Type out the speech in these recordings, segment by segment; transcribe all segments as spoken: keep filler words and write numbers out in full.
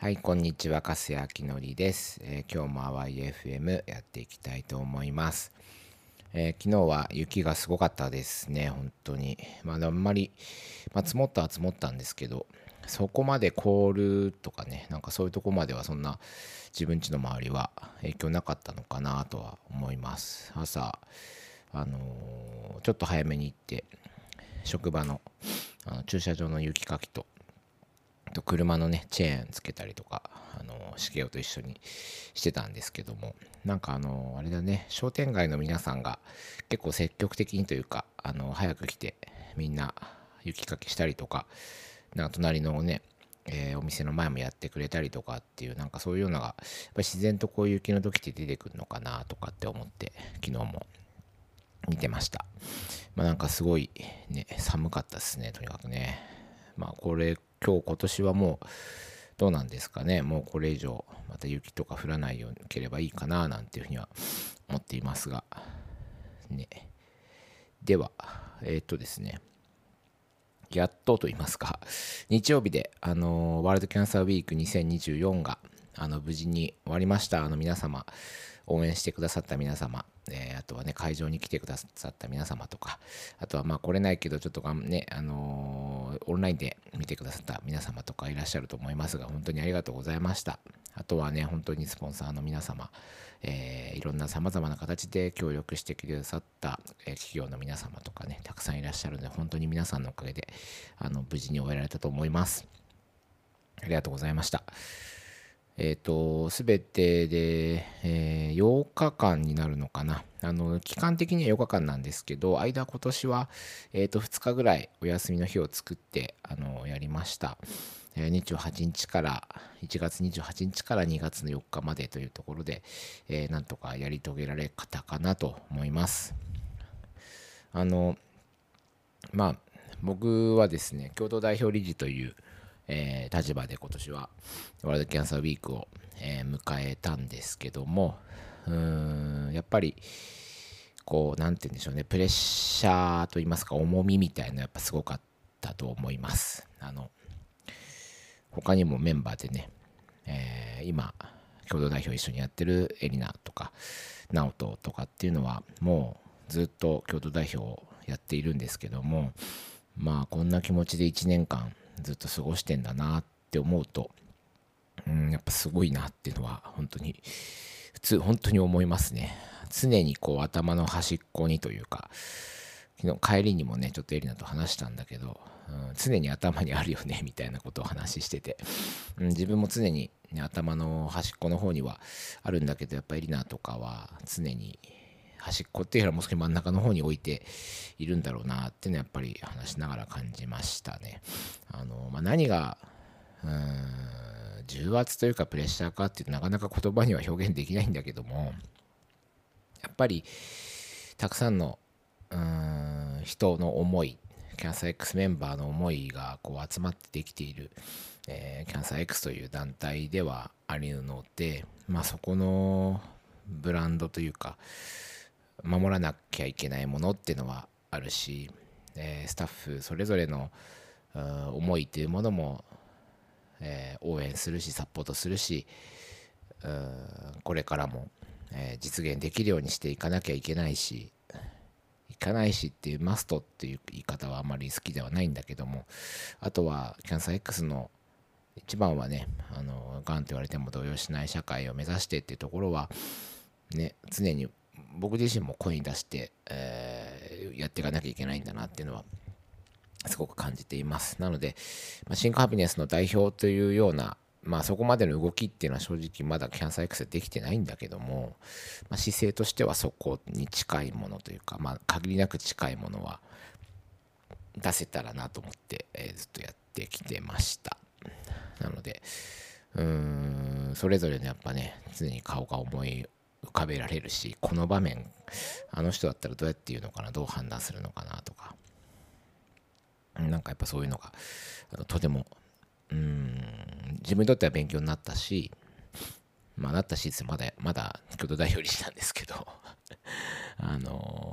はい、こんにちは、粕谷明則です、えー今日も アワイエフエム やっていきたいと思います。えー昨日は雪がすごかったですね、本当に。まあ、あんまり、まあ、積もったは積もったんですけど、そこまで凍るとかね、なんかそういうとこまではそんな自分家の周りは影響なかったのかなとは思います。朝、あのーちょっと早めに行って、職場のあの駐車場の雪かきと、と車のねチェーンつけたりとか、あのしげおと一緒にしてたんですけども、なんかあのあれだね、商店街の皆さんが結構積極的にというか、あの早く来てみんな雪かきしたりとか、なんか隣のね、えーお店の前もやってくれたりとかっていう、なんかそういうのがやっぱり自然とこういう雪の時って出てくるのかなとかって思って、昨日も見てました。まあなんかすごいね、寒かったですね、とにかくね。まあこれ、今日今年はもうどうなんですかね。もうこれ以上また雪とか降らないようければいいかななんていうふうには思っていますが。ね。では、えーっとですね、やっとと言いますか、日曜日で、あのワールドキャンサーウィークにせんにじゅうよんが、あの、無事に終わりました。あの、皆様、応援してくださった皆様、えーあとはね、会場に来てくださった皆様とか、あとはまあ来れないけど、ちょっとがんね、あのーオンラインで見てくださった皆様とかいらっしゃると思いますが、本当にありがとうございました。あとはね、本当にスポンサーの皆様、えーいろんな様々な形で協力してくださった、えー企業の皆様とかね、たくさんいらっしゃるので、本当に皆さんのおかげで、あの、無事に終えられたと思います。ありがとうございました。えっと、すべてで、えーようかかんになるのかな。あの、期間的にはようかかんなんですけど、間今年は、えっと、ふつかぐらいお休みの日を作って、あの、やりました。えーにじゅうはちにちから、いちがつにじゅうはちにちからにがつのよっかまでというところで、えーなんとかやり遂げられたかなと思います。あの、まあ、僕はですね、共同代表理事という、えー立場で今年はワールドキャンサーウィークを、えー迎えたんですけども、うーん、やっぱり、こう、なんて言うんでしょうね、プレッシャーと言いますか、重みみたいな、やっぱすごかったと思います。あの、他にもメンバーでね、えー今、共同代表一緒にやってるエリナとか、ナオトとかっていうのは、もうずっと共同代表をやっているんですけども、まあ、こんな気持ちでいちねんかんずっと過ごしてんだなって思うと、うん、やっぱすごいなっていうのは、本当に、普通、本当に思いますね。常にこう頭の端っこにというか、昨日帰りにもね、ちょっとエリナと話したんだけど、うん、常に頭にあるよね、みたいなことを話してて、うん、自分も常に、ね、頭の端っこの方にはあるんだけど、やっぱエリナとかは常に端っこっていうよりはもう少し真ん中の方に置いているんだろうなっていうのはやっぱり話しながら感じましたね。あの、まあ、何が、うーん、重圧というかプレッシャーかっていうとなかなか言葉には表現できないんだけども、やっぱりたくさんのうーん人の思い、キャンサー X メンバーの思いがこう集まってできている、えーキャンサー X という団体ではあるので、まあそこのブランドというか守らなきゃいけないものっていうのはあるし、えースタッフそれぞれのうん思いというものも、えー応援するしサポートするし、うんこれからも、えー実現できるようにしていかなきゃいけないし、いかないしっていうマストっていう言い方はあまり好きではないんだけども、あとはキャンサー X の一番はね、あのがんと言われても動揺しない社会を目指してっていうところはね、常に僕自身も声に出して、えーやっていかなきゃいけないんだなっていうのはすごく感じています。なので、まあ、シンクハピネスの代表というような、まあ、そこまでの動きっていうのは正直まだキャンサー X でできてないんだけども、まあ、姿勢としてはそこに近いものというか、まあ、限りなく近いものは出せたらなと思って、えーずっとやってきてました。なので、うーん、それぞれのやっぱね、常に顔が思い浮かべられるし、この場面、あの人だったらどうやって言うのかな、どう判断するのかなとか、なんかやっぱそういうのが、あのとても、うーん、自分にとっては勉強になったし、まあ、なったし、まだ、まだ、共同代表理事なんですけど、あの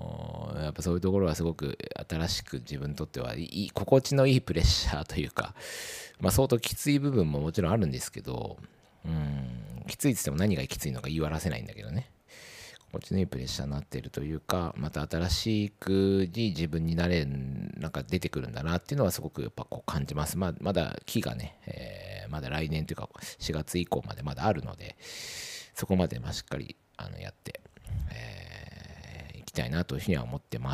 のやっぱそういうところはすごく新しく自分にとってはいい心地のいいプレッシャーというか、まあ相当きつい部分ももちろんあるんですけど、うん、きついっつっても何がきついのか言い割らせないんだけどね、心地のいいプレッシャーになっているというか、また新しくに自分になれる、なんか出てくるんだなっていうのはすごくやっぱこう感じます。まあ、まだ期がね、えーまだ来年というかしがつ以降までまだあるので、そこまでまあしっかりあのやって、えーいきたいなというふうには思ってます。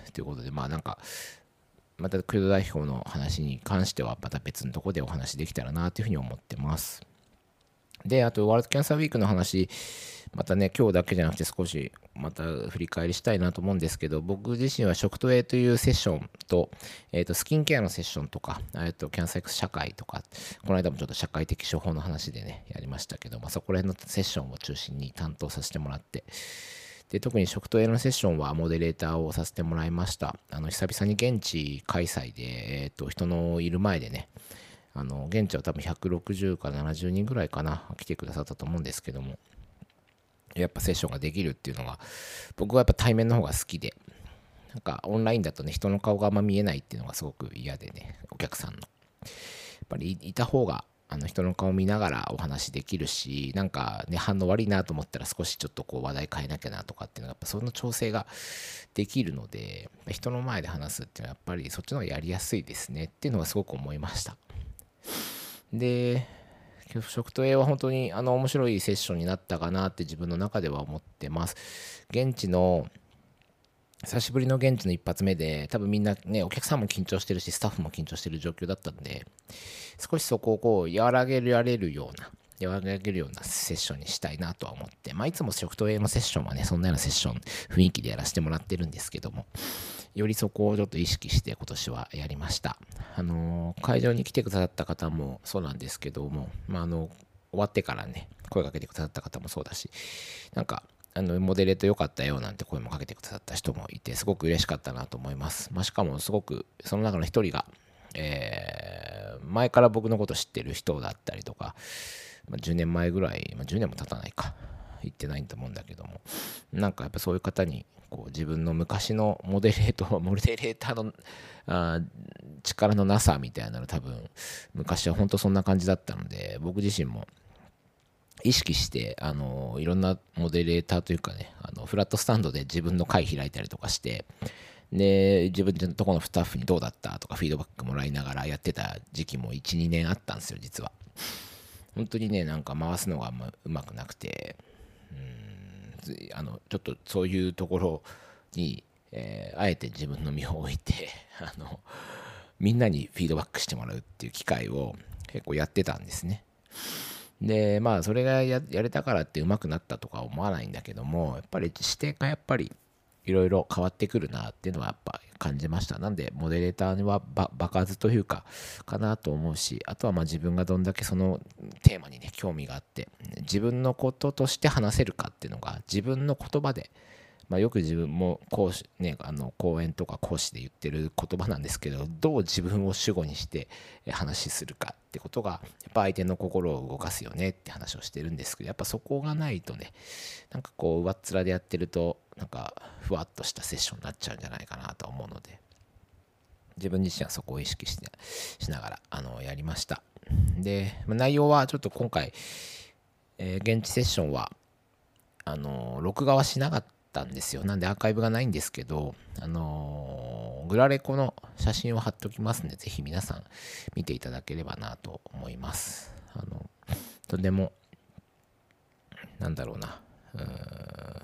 ということで、まあなんか、またクルド代表の話に関してはまた別のところでお話できたらなというふうに思ってます。で、あと、ワールドキャンサーウィークの話、またね、今日だけじゃなくて少しまた振り返りしたいなと思うんですけど、僕自身は食と栄というセッションと、えー、とスキンケアのセッションとか、えー、とキャンサー X 社会とか、この間もちょっと社会的処方の話でね、やりましたけど、まあ、そこら辺のセッションを中心に担当させてもらって、で特に食と栄のセッションはモデレーターをさせてもらいました。あの久々に現地開催で、えー、と人のいる前でね、あの現地は多分ひゃくろくじゅうからななじゅうにんぐらいかな来てくださったと思うんですけども、やっぱセッションができるっていうのが僕はやっぱ対面の方が好きで、なんかオンラインだとね人の顔があんま見えないっていうのがすごく嫌でね、お客さんのやっぱりいた方があの人の顔見ながらお話できるし、なんかね反応悪いなと思ったら少しちょっとこう話題変えなきゃなとかっていうのがやっぱその調整ができるので、人の前で話すっていうのはやっぱりそっちの方がやりやすいですねっていうのがすごく思いました。で、食と栄は本当にあの面白いセッションになったかなって自分の中では思ってます。現地の久しぶりの現地の一発目で、多分みんなね、お客さんも緊張してるし、スタッフも緊張してる状況だったんで、少しそこをこう和らげられるような、和らげるようなセッションにしたいなとは思って、まあいつも食と栄のセッションはね、そんなようなセッション、雰囲気でやらせてもらってるんですけども、よりそこをちょっと意識して今年はやりました。あのー会場に来てくださった方もそうなんですけども、まあ、あの終わってからね声かけてくださった方もそうだし、なんかあのモデレート良かったよなんて声もかけてくださった人もいて、すごく嬉しかったなと思います。まあ、しかもすごくその中の一人が、えー前から僕のこと知ってる人だったりとか、まあ、じゅうねんまえぐらい、まあ、じゅうねんも経たないか言ってないと思うんだけども、なんかやっぱそういう方にこう自分の昔のモデレートモデレーターのあ力のなさみたいなの多分昔は本当そんな感じだったので、僕自身も意識してあのいろんなモデレーターというかね、あのフラットスタンドで自分の会開いたりとかして、で自分のとこのスタッフにどうだったとかフィードバックもらいながらやってた時期もいちにねんあったんですよ実は。本当にね、なんか回すのがあんまうまくなくて、うーんあのちょっとそういうところに、えーあえて自分の身を置いてあのみんなにフィードバックしてもらうっていう機会を結構やってたんですね。でまあそれが や, やれたからって上手くなったとか思わないんだけども、やっぱり視点がやっぱりいろいろ変わってくるなっていうのはやっぱ感じました。なんでモデレーターは場数というかかなと思うし、あとはまあ自分がどんだけそのテーマにね興味があって自分のこととして話せるかっていうのが自分の言葉で、まあ、よく自分も講師、ね、あの講演とか講師で言ってる言葉なんですけど、どう自分を主語にして話するかってことがやっぱ相手の心を動かすよねって話をしてるんですけど、やっぱそこがないとね、なんかこう上っ面でやってるとなんかふわっとしたセッションになっちゃうんじゃないかなと思うので、自分自身はそこを意識してしながらあのやりました。で内容はちょっと今回、えー現地セッションはあの録画はしなかったんですよ。なんでアーカイブがないんですけど、あのグラレコの写真を貼っておきますので、ぜひ皆さん見ていただければなと思います。あのとてもなんだろうなうーん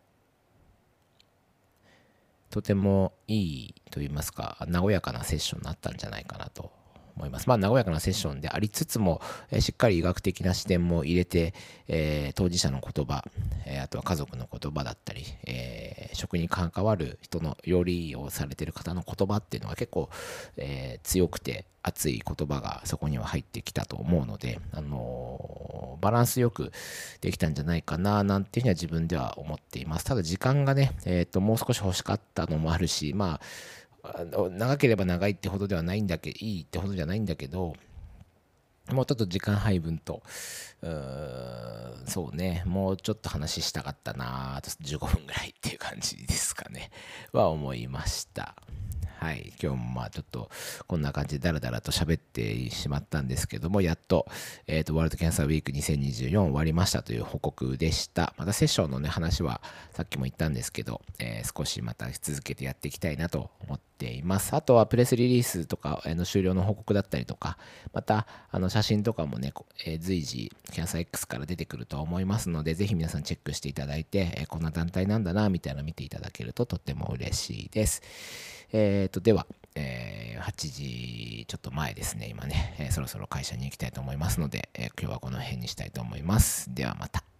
とてもいいと言いますか、和やかなセッションになったんじゃないかなと思います。まあ、和やかなセッションでありつつも、えーしっかり医学的な視点も入れて、えー当事者の言葉、えーあとは家族の言葉だったり、えー食に関わる人の料理をされている方の言葉っていうのが結構、えー強くて熱い言葉がそこには入ってきたと思うので、あのーバランスよくできたんじゃないかななんていうふうには自分では思っています。ただ時間がね、えーともう少し欲しかったのもあるし、まああの長ければ長いってほどではないんだけどいいってほどじゃないんだけど、 もうちょっと時間配分と、うーん、そうね、もうちょっと話したかったなあとじゅうごふんぐらいっていう感じですかね、は思いました。はい、今日もまあちょっとこんな感じでダラダラと喋ってしまったんですけども、やっと、えっと、ワールドキャンサーウィークにせんにじゅうよん終わりましたという報告でした。またセッションのね、話はさっきも言ったんですけど、えー少しまた続けてやっていきたいなと思っています。あとはプレスリリースとか、あの終了の報告だったりとか、またあの写真とかもね、こえー随時キャンサー X から出てくると思いますので、ぜひ皆さんチェックしていただいて、えーこんな団体なんだな、みたいなの見ていただけるととっても嬉しいです。えっと、では、えーはちじちょっと前ですね、今ね、えーそろそろ会社に行きたいと思いますので、えー今日はこの辺にしたいと思います。ではまた。